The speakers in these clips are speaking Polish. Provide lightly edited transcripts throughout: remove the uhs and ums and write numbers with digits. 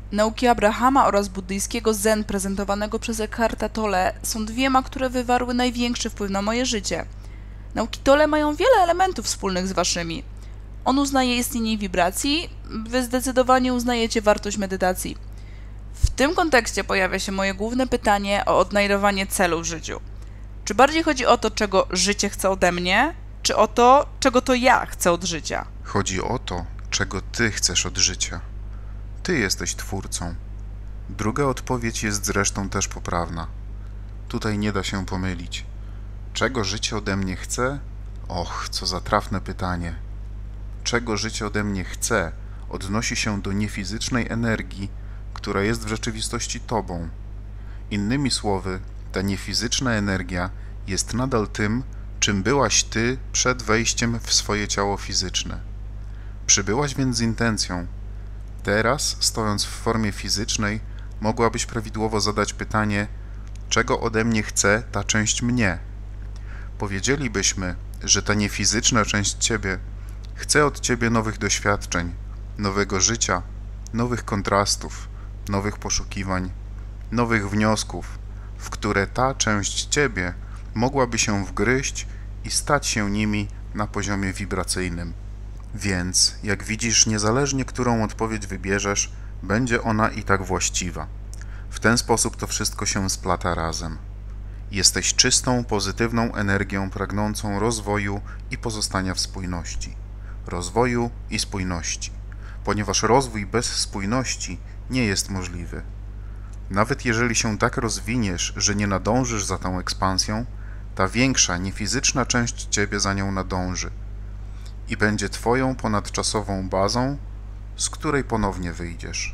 Nauki Abrahama oraz buddyjskiego Zen prezentowanego przez Eckharta Tolle są dwiema, które wywarły największy wpływ na moje życie. Nauki Tolle mają wiele elementów wspólnych z waszymi. On uznaje istnienie wibracji, wy zdecydowanie uznajecie wartość medytacji. W tym kontekście pojawia się moje główne pytanie o odnajdowanie celu w życiu. Czy bardziej chodzi o to, czego życie chce ode mnie, czy o to, czego to ja chcę od życia? Chodzi o to, czego ty chcesz od życia. Ty jesteś twórcą. Druga odpowiedź jest zresztą też poprawna. Tutaj nie da się pomylić. Czego życie ode mnie chce? Och, co za trafne pytanie. Czego życie ode mnie chce, odnosi się do niefizycznej energii, która jest w rzeczywistości tobą. Innymi słowy, ta niefizyczna energia jest nadal tym, czym byłaś ty przed wejściem w swoje ciało fizyczne. Przybyłaś więc z intencją. Teraz, stojąc w formie fizycznej, mogłabyś prawidłowo zadać pytanie, czego ode mnie chce ta część mnie? Powiedzielibyśmy, że ta niefizyczna część ciebie chce od ciebie nowych doświadczeń, nowego życia, nowych kontrastów, nowych poszukiwań, nowych wniosków, w które ta część ciebie mogłaby się wgryźć i stać się nimi na poziomie wibracyjnym. Więc, jak widzisz, niezależnie którą odpowiedź wybierzesz, będzie ona i tak właściwa. W ten sposób to wszystko się splata razem. Jesteś czystą, pozytywną energią pragnącą rozwoju i pozostania w spójności. Rozwoju i spójności. Ponieważ rozwój bez spójności nie jest możliwy. Nawet jeżeli się tak rozwiniesz, że nie nadążysz za tą ekspansją, ta większa, niefizyczna część ciebie za nią nadąży i będzie twoją ponadczasową bazą, z której ponownie wyjdziesz.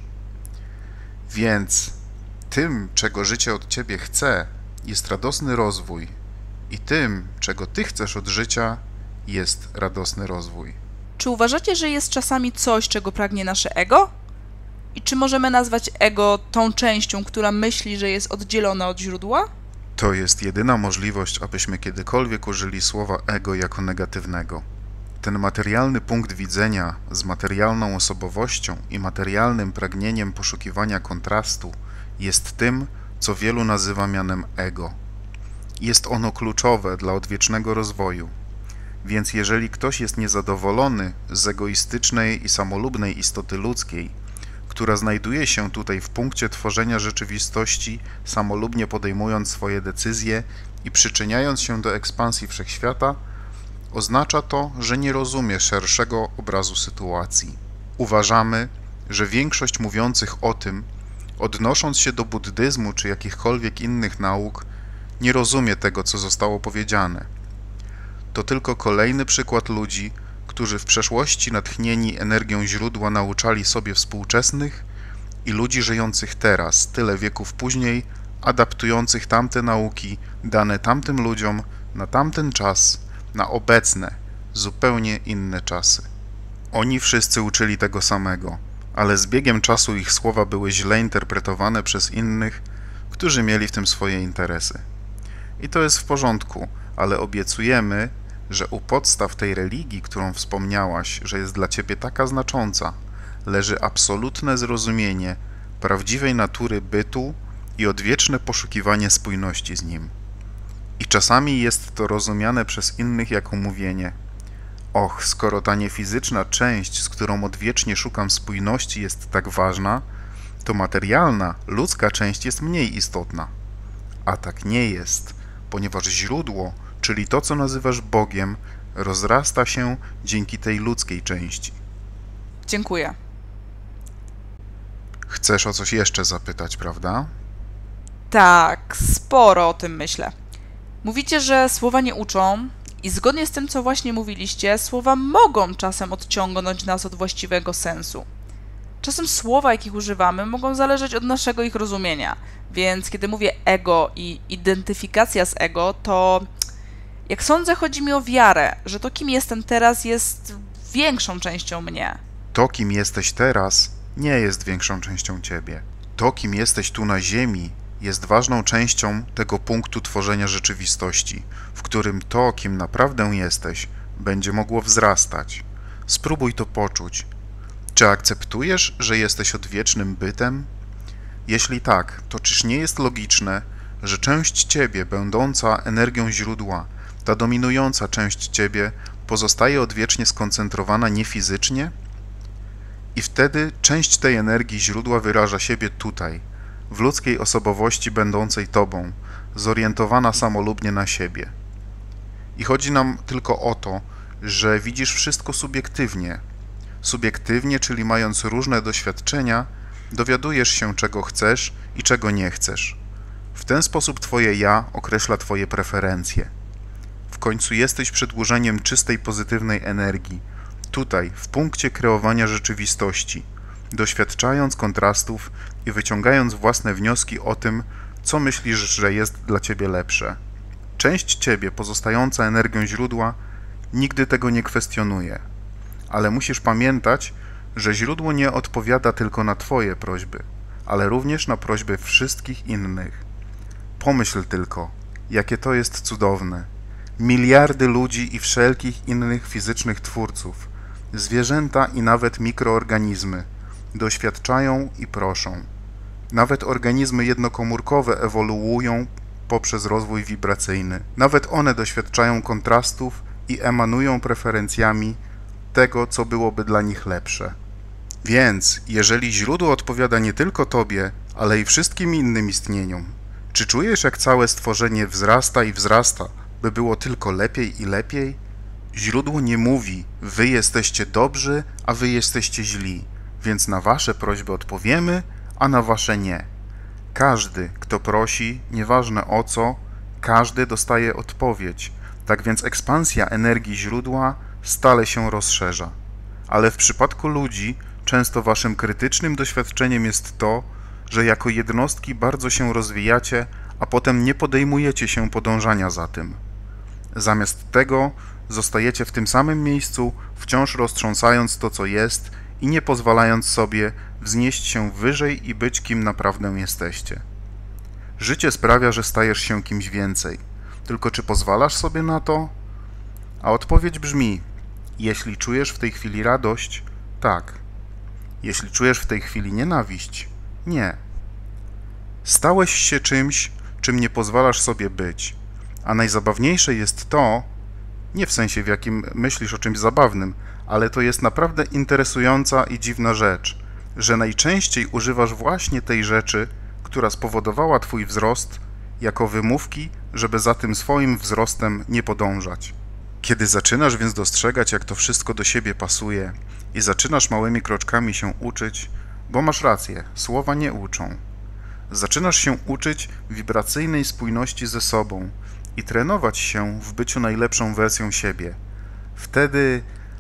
Więc tym, czego życie od ciebie chce, jest radosny rozwój i tym, czego ty chcesz od życia, jest radosny rozwój. Czy uważacie, że jest czasami coś, czego pragnie nasze ego? I czy możemy nazwać ego tą częścią, która myśli, że jest oddzielona od źródła? To jest jedyna możliwość, abyśmy kiedykolwiek użyli słowa ego jako negatywnego. Ten materialny punkt widzenia z materialną osobowością i materialnym pragnieniem poszukiwania kontrastu jest tym, co wielu nazywa mianem ego. Jest ono kluczowe dla odwiecznego rozwoju. Więc jeżeli ktoś jest niezadowolony z egoistycznej i samolubnej istoty ludzkiej, która znajduje się tutaj w punkcie tworzenia rzeczywistości, samolubnie podejmując swoje decyzje i przyczyniając się do ekspansji wszechświata, oznacza to, że nie rozumie szerszego obrazu sytuacji. Uważamy, że większość mówiących o tym, odnosząc się do buddyzmu czy jakichkolwiek innych nauk, nie rozumie tego, co zostało powiedziane. To tylko kolejny przykład ludzi, którzy w przeszłości natchnieni energią źródła nauczali sobie współczesnych i ludzi żyjących teraz, tyle wieków później, adaptujących tamte nauki dane tamtym ludziom na tamten czas, na obecne, zupełnie inne czasy. Oni wszyscy uczyli tego samego, ale z biegiem czasu ich słowa były źle interpretowane przez innych, którzy mieli w tym swoje interesy. I to jest w porządku, ale obiecujemy, że u podstaw tej religii, którą wspomniałaś, że jest dla ciebie taka znacząca, leży absolutne zrozumienie prawdziwej natury bytu i odwieczne poszukiwanie spójności z nim. I czasami jest to rozumiane przez innych jako mówienie: och, skoro ta niefizyczna część, z którą odwiecznie szukam spójności, jest tak ważna, to materialna, ludzka część jest mniej istotna. A tak nie jest, ponieważ źródło, czyli to, co nazywasz Bogiem, rozrasta się dzięki tej ludzkiej części. Dziękuję. Chcesz o coś jeszcze zapytać, prawda? Tak, sporo o tym myślę. Mówicie, że słowa nie uczą i zgodnie z tym, co właśnie mówiliście, słowa mogą czasem odciągnąć nas od właściwego sensu. Czasem słowa, jakich używamy, mogą zależeć od naszego ich rozumienia, więc kiedy mówię ego i identyfikacja z ego, to jak sądzę, chodzi mi o wiarę, że to, kim jestem teraz, jest większą częścią mnie. To, kim jesteś teraz, nie jest większą częścią ciebie. To, kim jesteś tu na ziemi, jest ważną częścią tego punktu tworzenia rzeczywistości, w którym to, kim naprawdę jesteś, będzie mogło wzrastać. Spróbuj to poczuć. Czy akceptujesz, że jesteś odwiecznym bytem? Jeśli tak, to czyż nie jest logiczne, że część ciebie będąca energią źródła, ta dominująca część ciebie, pozostaje odwiecznie skoncentrowana niefizycznie? I wtedy część tej energii źródła wyraża siebie tutaj, w ludzkiej osobowości będącej tobą, zorientowana samolubnie na siebie. I chodzi nam tylko o to, że widzisz wszystko subiektywnie. Subiektywnie, czyli mając różne doświadczenia, dowiadujesz się, czego chcesz i czego nie chcesz. W ten sposób twoje ja określa twoje preferencje. W końcu jesteś przedłużeniem czystej, pozytywnej energii, tutaj, w punkcie kreowania rzeczywistości, doświadczając kontrastów i wyciągając własne wnioski o tym, co myślisz, że jest dla ciebie lepsze. Część ciebie pozostająca energią źródła nigdy tego nie kwestionuje, ale musisz pamiętać, że źródło nie odpowiada tylko na twoje prośby, ale również na prośby wszystkich innych. Pomyśl tylko, jakie to jest cudowne. Miliardy ludzi i wszelkich innych fizycznych twórców, zwierzęta i nawet mikroorganizmy doświadczają i proszą. Nawet organizmy jednokomórkowe ewoluują poprzez rozwój wibracyjny. Nawet one doświadczają kontrastów i emanują preferencjami tego, co byłoby dla nich lepsze. Więc, jeżeli źródło odpowiada nie tylko tobie, ale i wszystkim innym istnieniom, czy czujesz, jak całe stworzenie wzrasta i wzrasta, by było tylko lepiej i lepiej? Źródło nie mówi, wy jesteście dobrzy, a wy jesteście źli, więc na wasze prośby odpowiemy, a na wasze nie. Każdy, kto prosi, nieważne o co, każdy dostaje odpowiedź. Tak więc ekspansja energii źródła stale się rozszerza. Ale w przypadku ludzi często waszym krytycznym doświadczeniem jest to, że jako jednostki bardzo się rozwijacie, a potem nie podejmujecie się podążania za tym. Zamiast tego zostajecie w tym samym miejscu, wciąż roztrząsając to, co jest i nie pozwalając sobie wznieść się wyżej i być kim naprawdę jesteście. Życie sprawia, że stajesz się kimś więcej. Tylko czy pozwalasz sobie na to? A odpowiedź brzmi: jeśli czujesz w tej chwili radość, tak. Jeśli czujesz w tej chwili nienawiść, nie. Stałeś się czymś, czym nie pozwalasz sobie być. A najzabawniejsze jest to, nie w sensie, w jakim myślisz o czymś zabawnym, ale to jest naprawdę interesująca i dziwna rzecz, że najczęściej używasz właśnie tej rzeczy, która spowodowała twój wzrost, jako wymówki, żeby za tym swoim wzrostem nie podążać. Kiedy zaczynasz więc dostrzegać, jak to wszystko do siebie pasuje i zaczynasz małymi kroczkami się uczyć, bo masz rację, słowa nie uczą. Zaczynasz się uczyć wibracyjnej spójności ze sobą i trenować się w byciu najlepszą wersją siebie. Wtedy,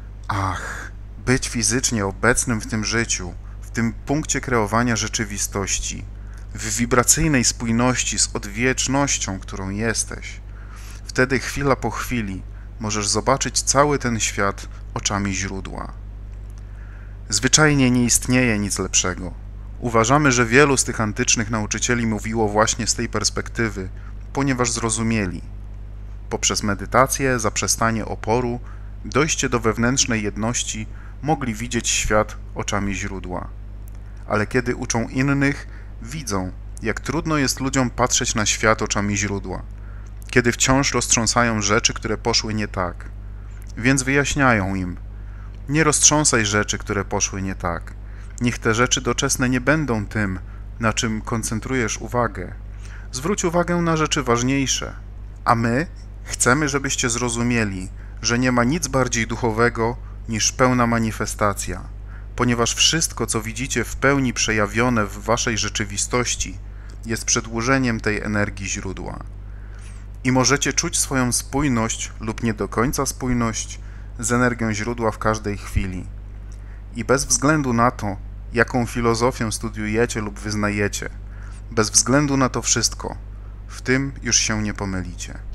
być fizycznie obecnym w tym życiu, w tym punkcie kreowania rzeczywistości, w wibracyjnej spójności z odwiecznością, którą jesteś. Wtedy chwila po chwili możesz zobaczyć cały ten świat oczami źródła. Zwyczajnie nie istnieje nic lepszego. Uważamy, że wielu z tych antycznych nauczycieli mówiło właśnie z tej perspektywy, ponieważ zrozumieli. Poprzez medytację, zaprzestanie oporu, dojście do wewnętrznej jedności, mogli widzieć świat oczami źródła. Ale kiedy uczą innych, widzą, jak trudno jest ludziom patrzeć na świat oczami źródła, kiedy wciąż roztrząsają rzeczy, które poszły nie tak. Więc wyjaśniają im: nie roztrząsaj rzeczy, które poszły nie tak. Niech te rzeczy doczesne nie będą tym, na czym koncentrujesz uwagę. Zwróć uwagę na rzeczy ważniejsze. A my chcemy, żebyście zrozumieli, że nie ma nic bardziej duchowego niż pełna manifestacja, ponieważ wszystko, co widzicie w pełni przejawione w waszej rzeczywistości, jest przedłużeniem tej energii źródła. I możecie czuć swoją spójność lub nie do końca spójność z energią źródła w każdej chwili. I bez względu na to, jaką filozofię studiujecie lub wyznajecie, bez względu na to wszystko, w tym już się nie pomylicie.